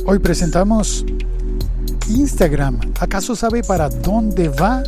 Hoy presentamos Instagram. ¿Acaso sabe para dónde va?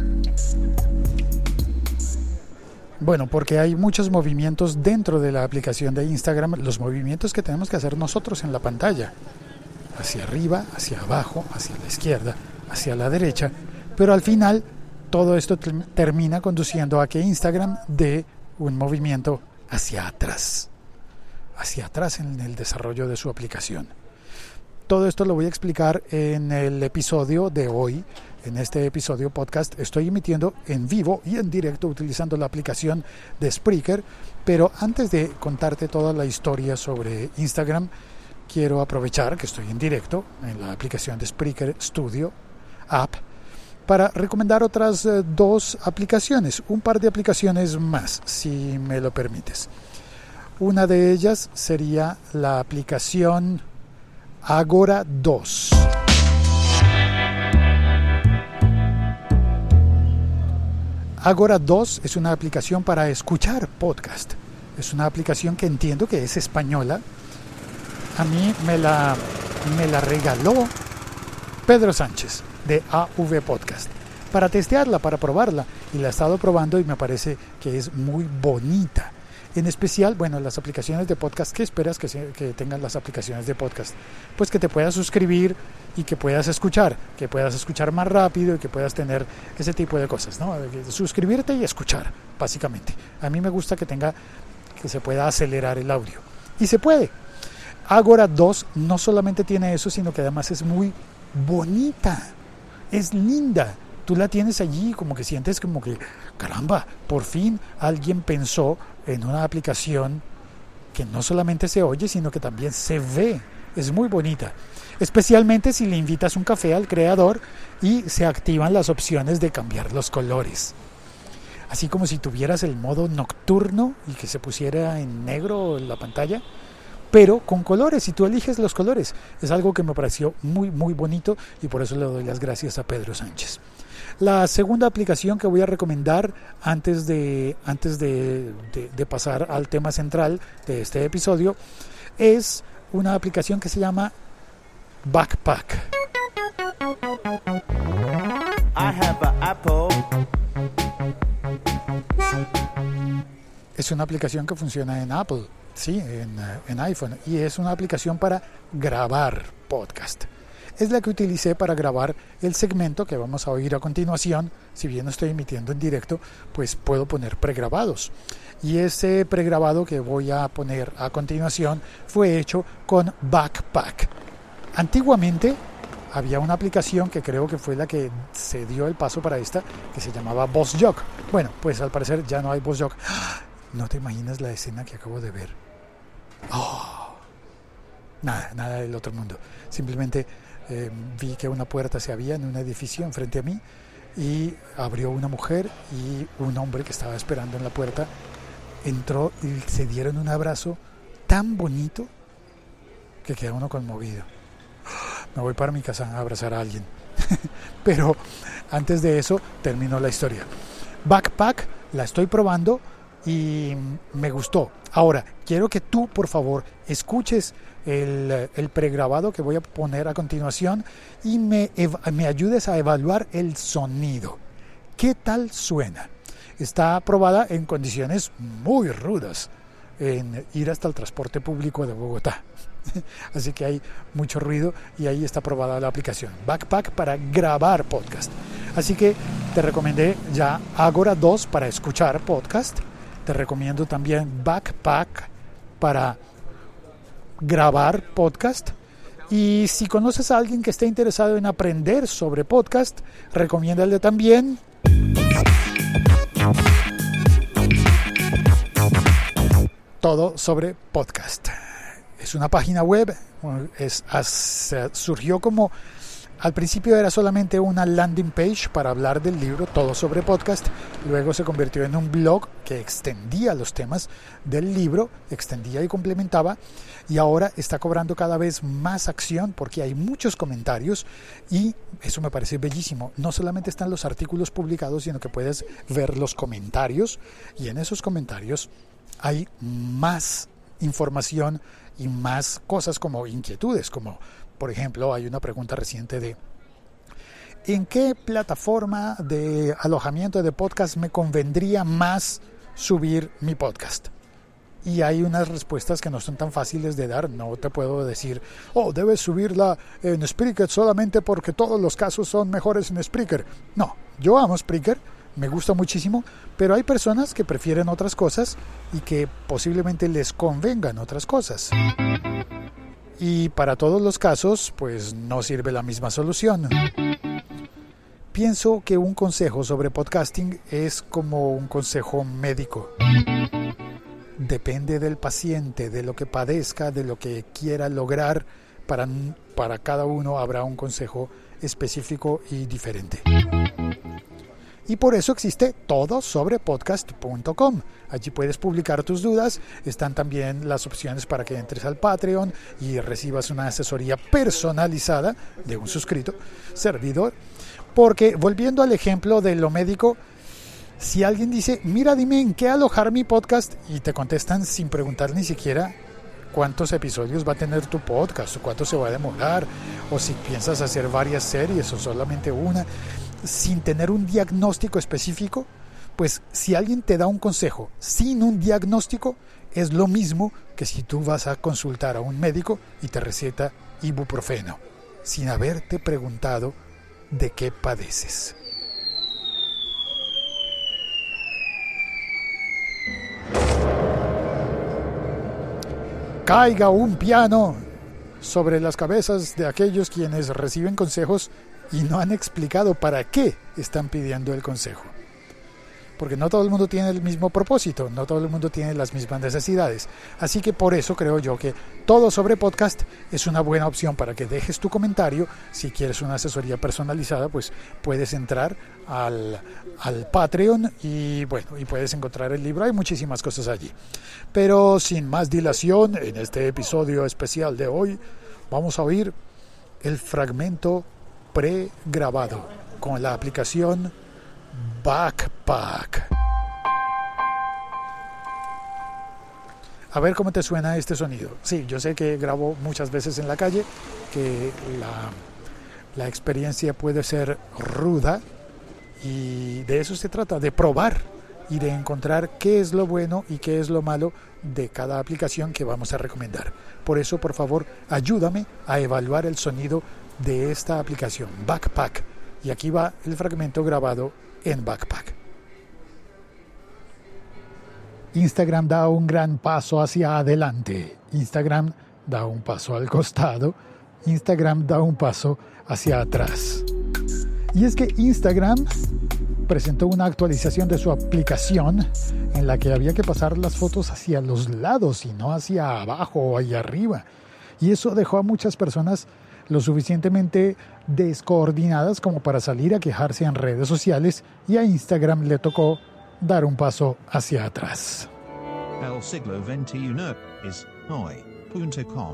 Bueno, porque hay muchos movimientos dentro de la aplicación de Instagram, los movimientos que tenemos que hacer nosotros en la pantalla, hacia arriba, hacia abajo, hacia la izquierda, hacia la derecha, pero al final todo esto termina conduciendo a que Instagram dé un movimiento hacia atrás en el desarrollo de su aplicación. Todo esto lo voy a explicar en el episodio de hoy. En este episodio podcast estoy emitiendo en vivo y en directo utilizando la aplicación de Spreaker, pero antes de contarte toda la historia sobre Instagram, quiero aprovechar que estoy en directo en la aplicación de Spreaker Studio App para recomendar otras dos aplicaciones, un par de aplicaciones más, si me lo permites. Una de ellas sería la aplicación Agora 2. Agora 2 es una aplicación para escuchar podcast. Es una aplicación que entiendo que es española. A mí me la regaló Pedro Sánchez de AV Podcast para testearla, para probarla. Y la he estado probando y me parece que es muy bonita. En especial, bueno, las aplicaciones de podcast, ¿qué esperas que tengan las aplicaciones de podcast? Pues que te puedas suscribir y que puedas escuchar más rápido y que puedas tener ese tipo de cosas, ¿no? Suscribirte y escuchar, básicamente. A mí me gusta que se pueda acelerar el audio. Y se puede. Agora 2 no solamente tiene eso, sino que además es muy bonita, es linda. Tú la tienes allí como que sientes como que, caramba, por fin alguien pensó en una aplicación que no solamente se oye, sino que también se ve. Es muy bonita. Especialmente si le invitas un café al creador y se activan las opciones de cambiar los colores. Así como si tuvieras el modo nocturno y que se pusiera en negro en la pantalla, pero con colores, y tú eliges los colores. Es algo que me pareció muy, muy bonito y por eso le doy las gracias a Pedro Sánchez. La segunda aplicación que voy a recomendar antes de pasar al tema central de este episodio es una aplicación que se llama Backpack. I have an Apple. Es una aplicación que funciona en Apple, sí, en iPhone, y es una aplicación para grabar podcast. Es la que utilicé para grabar el segmento que vamos a oír a continuación. Si bien no estoy emitiendo en directo, pues puedo poner pregrabados. Y ese pregrabado que voy a poner a continuación fue hecho con Backpack. Antiguamente había una aplicación que creo que fue la que se dio el paso para esta, que se llamaba VozJog. Bueno, pues al parecer ya no hay VozJog. No te imaginas la escena que acabo de ver. Nada del otro mundo. Simplemente vi que una puerta se abría en un edificio enfrente a mí y abrió una mujer y un hombre que estaba esperando en la puerta entró y se dieron un abrazo tan bonito que queda uno conmovido. Me voy para mi casa a abrazar a alguien. Pero antes de eso terminó la historia. Backpack la estoy probando y me gustó. Ahora, quiero que tú, por favor, escuches el pregrabado que voy a poner a continuación y me ayudes a evaluar el sonido. ¿Qué tal suena? Está aprobada en condiciones muy rudas en ir hasta el transporte público de Bogotá. Así que hay mucho ruido y ahí está aprobada la aplicación Backpack para grabar podcast. Así que te recomendé ya Agora 2 para escuchar podcast. Te recomiendo también Backpack para grabar podcast. Y si conoces a alguien que esté interesado en aprender sobre podcast, recomiéndale también Todo sobre Podcast. Es una página web, surgió como, al principio era solamente una landing page para hablar del libro Todo sobre Podcast, luego se convirtió en un blog que extendía los temas del libro, extendía y complementaba, y ahora está cobrando cada vez más acción porque hay muchos comentarios y eso me parece bellísimo. No solamente están los artículos publicados, sino que puedes ver los comentarios y en esos comentarios hay más información y más cosas como inquietudes, como Por ejemplo, hay una pregunta reciente de ¿en qué plataforma de alojamiento de podcast me convendría más subir mi podcast? Y hay unas respuestas que no son tan fáciles de dar. No te puedo decir, debes subirla en Spreaker solamente porque todos los casos son mejores en Spreaker. No, yo amo Spreaker, me gusta muchísimo, pero hay personas que prefieren otras cosas y que posiblemente les convengan otras cosas. Y para todos los casos, pues no sirve la misma solución. Pienso que un consejo sobre podcasting es como un consejo médico. Depende del paciente, de lo que padezca, de lo que quiera lograr. Para cada uno habrá un consejo específico y diferente. Y por eso existe todosobrepodcast.com. Allí puedes publicar tus dudas. Están también las opciones para que entres al Patreon y recibas una asesoría personalizada de un suscrito servidor. Porque, volviendo al ejemplo de lo médico, si alguien dice, mira, dime en qué alojar mi podcast, y te contestan sin preguntar ni siquiera cuántos episodios va a tener tu podcast, o cuánto se va a demorar, o si piensas hacer varias series o solamente una, sin tener un diagnóstico específico, pues si alguien te da un consejo sin un diagnóstico, es lo mismo que si tú vas a consultar a un médico y te receta ibuprofeno, sin haberte preguntado de qué padeces. Caiga un piano sobre las cabezas de aquellos quienes reciben consejos y no han explicado para qué están pidiendo el consejo. Porque no todo el mundo tiene el mismo propósito, no todo el mundo tiene las mismas necesidades. Así que por eso creo yo que Todo Sobre Podcast es una buena opción para que dejes tu comentario. Si quieres una asesoría personalizada, pues puedes entrar al Patreon y puedes encontrar el libro. Hay muchísimas cosas allí. Pero sin más dilación, en este episodio especial de hoy, vamos a oír el fragmento pregrabado con la aplicación Backpack. A ver cómo te suena este sonido. Sí, yo sé que grabo muchas veces en la calle, que la experiencia puede ser ruda, y de eso se trata, de probar y de encontrar qué es lo bueno y qué es lo malo de cada aplicación que vamos a recomendar. Por eso, por favor, ayúdame a evaluar el sonido de esta aplicación, Backpack. Y aquí va el fragmento grabado en Backpack. Instagram da un gran paso hacia adelante. Instagram da un paso al costado. Instagram da un paso hacia atrás. Y es que Instagram presentó una actualización de su aplicación en la que había que pasar las fotos hacia los lados y no hacia abajo o hacia arriba. Y eso dejó a muchas personas lo suficientemente descoordinadas como para salir a quejarse en redes sociales, y a Instagram le tocó dar un paso hacia atrás. El siglo XXI es hoy.com.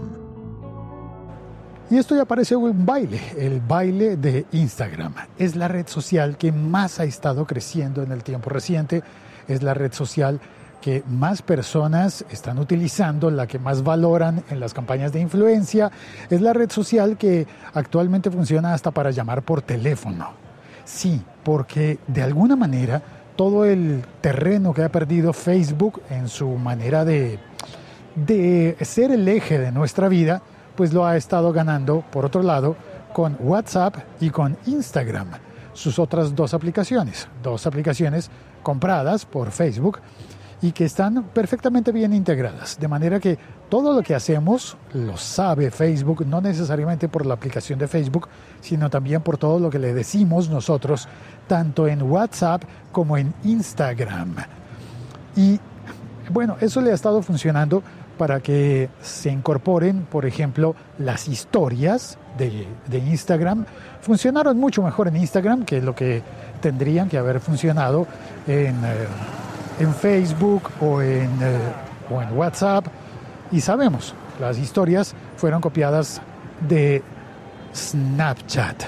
Y esto ya parece un baile, el baile de Instagram. Es la red social que más ha estado creciendo en el tiempo reciente, es la red social que más personas están utilizando, la que más valoran en las campañas de influencia, es la red social que actualmente funciona hasta para llamar por teléfono. Sí, porque de alguna manera todo el terreno que ha perdido Facebook en su manera de ser el eje de nuestra vida, pues lo ha estado ganando, por otro lado, con WhatsApp y con Instagram, sus otras dos aplicaciones compradas por Facebook y que están perfectamente bien integradas, de manera que todo lo que hacemos lo sabe Facebook, no necesariamente por la aplicación de Facebook, sino también por todo lo que le decimos nosotros, tanto en WhatsApp como en Instagram. Y bueno, eso le ha estado funcionando para que se incorporen, por ejemplo, las historias de Instagram. Funcionaron mucho mejor en Instagram que lo que tendrían que haber funcionado en Facebook o en WhatsApp. Y sabemos, las historias fueron copiadas de Snapchat.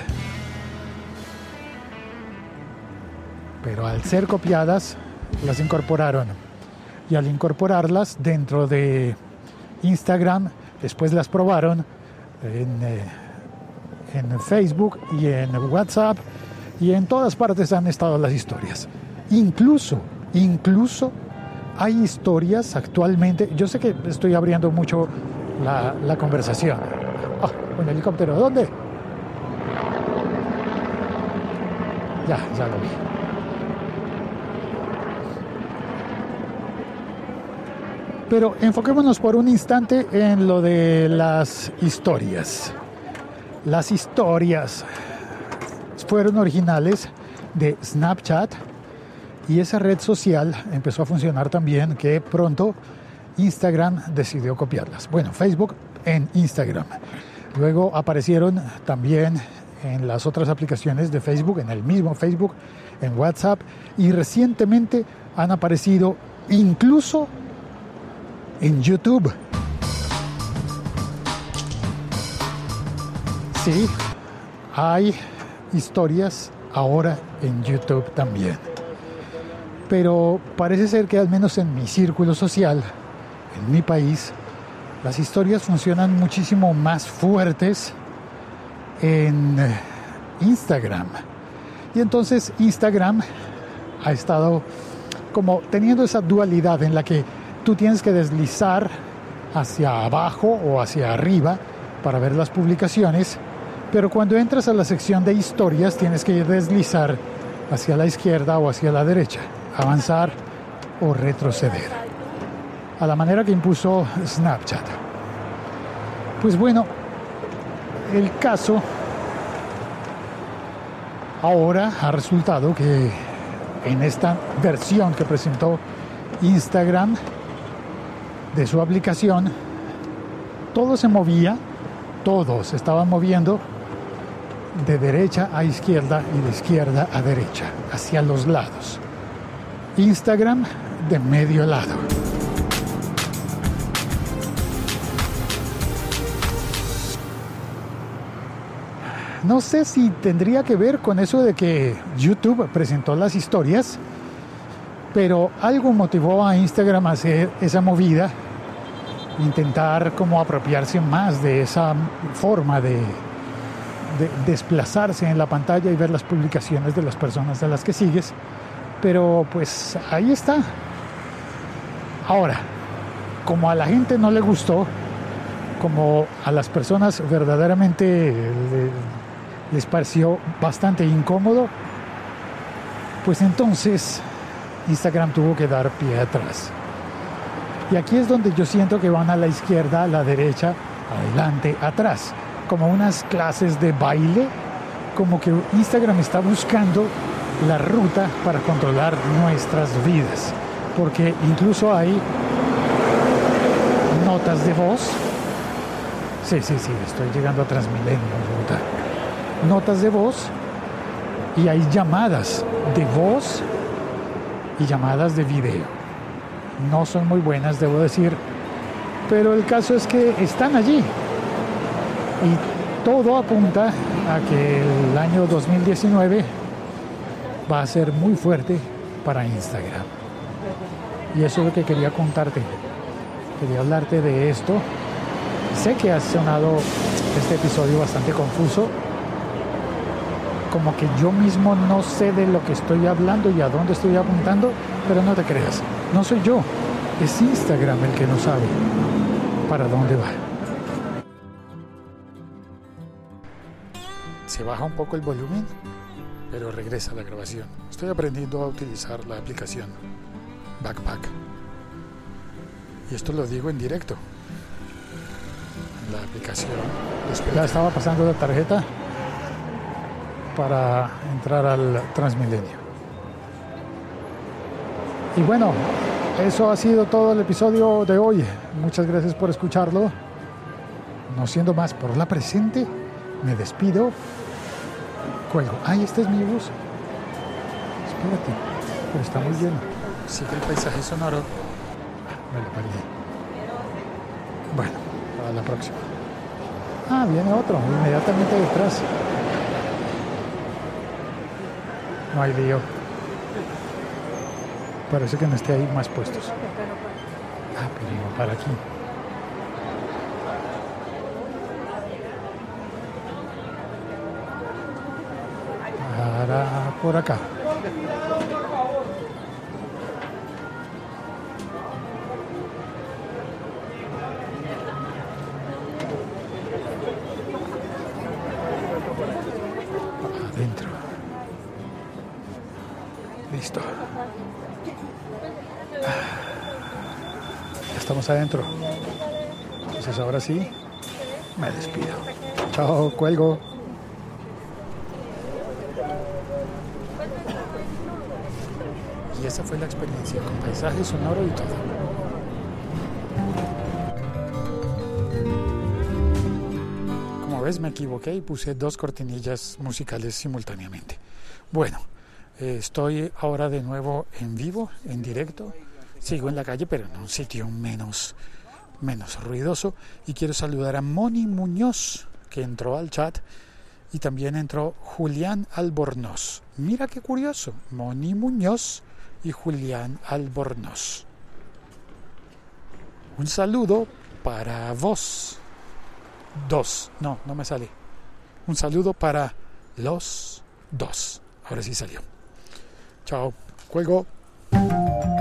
Pero al ser copiadas, las incorporaron. Y al incorporarlas dentro de Instagram, después las probaron en Facebook y en WhatsApp, y en todas partes han estado las historias. Incluso hay historias actualmente. Yo sé que estoy abriendo mucho la conversación. Un helicóptero, ¿dónde? Ya lo vi. Pero enfoquémonos por un instante en lo de las historias. Las historias fueron originales de Snapchat, y esa red social empezó a funcionar también, que pronto Instagram decidió copiarlas. Bueno, Facebook en Instagram. Luego aparecieron también en las otras aplicaciones de Facebook, en el mismo Facebook, en WhatsApp, y recientemente han aparecido incluso en YouTube. Sí, hay historias ahora en YouTube también. Pero parece ser que al menos en mi círculo social, en mi país, las historias funcionan muchísimo más fuertes en Instagram. Y entonces Instagram ha estado como teniendo esa dualidad en la que tú tienes que deslizar hacia abajo o hacia arriba para ver las publicaciones, pero cuando entras a la sección de historias tienes que deslizar hacia la izquierda o hacia la derecha, avanzar o retroceder, a la manera que impuso Snapchat. Pues bueno, el caso ahora ha resultado que en esta versión que presentó Instagram de su aplicación, todo se movía, todo se estaba moviendo de derecha a izquierda y de izquierda a derecha, hacia los lados. Instagram de medio lado. No sé si tendría que ver con eso de que YouTube presentó las historias, pero algo motivó a Instagram a hacer esa movida, intentar como apropiarse más de esa forma de desplazarse en la pantalla y ver las publicaciones de las personas a las que sigues. Pero pues ahí está. Ahora, como a la gente no le gustó, como a las personas verdaderamente les pareció bastante incómodo, pues entonces Instagram tuvo que dar pie atrás. Y aquí es donde yo siento que van a la izquierda, a la derecha, adelante, atrás, como unas clases de baile, como que Instagram está buscando la ruta para controlar nuestras vidas, porque incluso hay notas de voz. Sí, estoy llegando a Transmilenio, Bogotá. Notas de voz, y hay llamadas de voz y llamadas de video. No son muy buenas, debo decir, pero el caso es que están allí, y todo apunta a que el año 2019 va a ser muy fuerte para Instagram. Y eso es lo que quería contarte. Quería hablarte de esto. Sé que ha sonado este episodio bastante confuso, como que yo mismo no sé de lo que estoy hablando y a dónde estoy apuntando, pero no te creas, no soy yo, es Instagram el que no sabe para dónde va. Se baja un poco el volumen, pero regresa la grabación. Estoy aprendiendo a utilizar la aplicación Backpack, y esto lo digo en directo. La aplicación, ya estaba pasando la tarjeta para entrar al Transmilenio. Y bueno, eso ha sido todo el episodio de hoy. Muchas gracias por escucharlo. No siendo más por la presente, me despido. Cuelgo. Ay, este es mi bus. Espérate, pero está muy lleno. Sigue el paisaje sonoro. Me lo perdí. Bueno, para la próxima. Viene otro, inmediatamente detrás. No hay lío. Parece que no esté ahí más puestos. Pero no para aquí. por acá. Adentro. Listo. Ya estamos adentro. Entonces ahora sí, me despido. Chao, cuelgo. Y esa fue la experiencia con paisaje sonoro y todo. Como ves, me equivoqué y puse 2 cortinillas musicales simultáneamente. Bueno, estoy ahora de nuevo en vivo, en directo. Sigo en la calle, pero en un sitio menos ruidoso. Y quiero saludar a Moni Muñoz, que entró al chat. Y también entró Julián Albornoz. Mira qué curioso, Moni Muñoz y Julián Albornoz. Un saludo para vos. No me sale. Un saludo para los dos. Ahora sí salió. Chao. Cuelgo.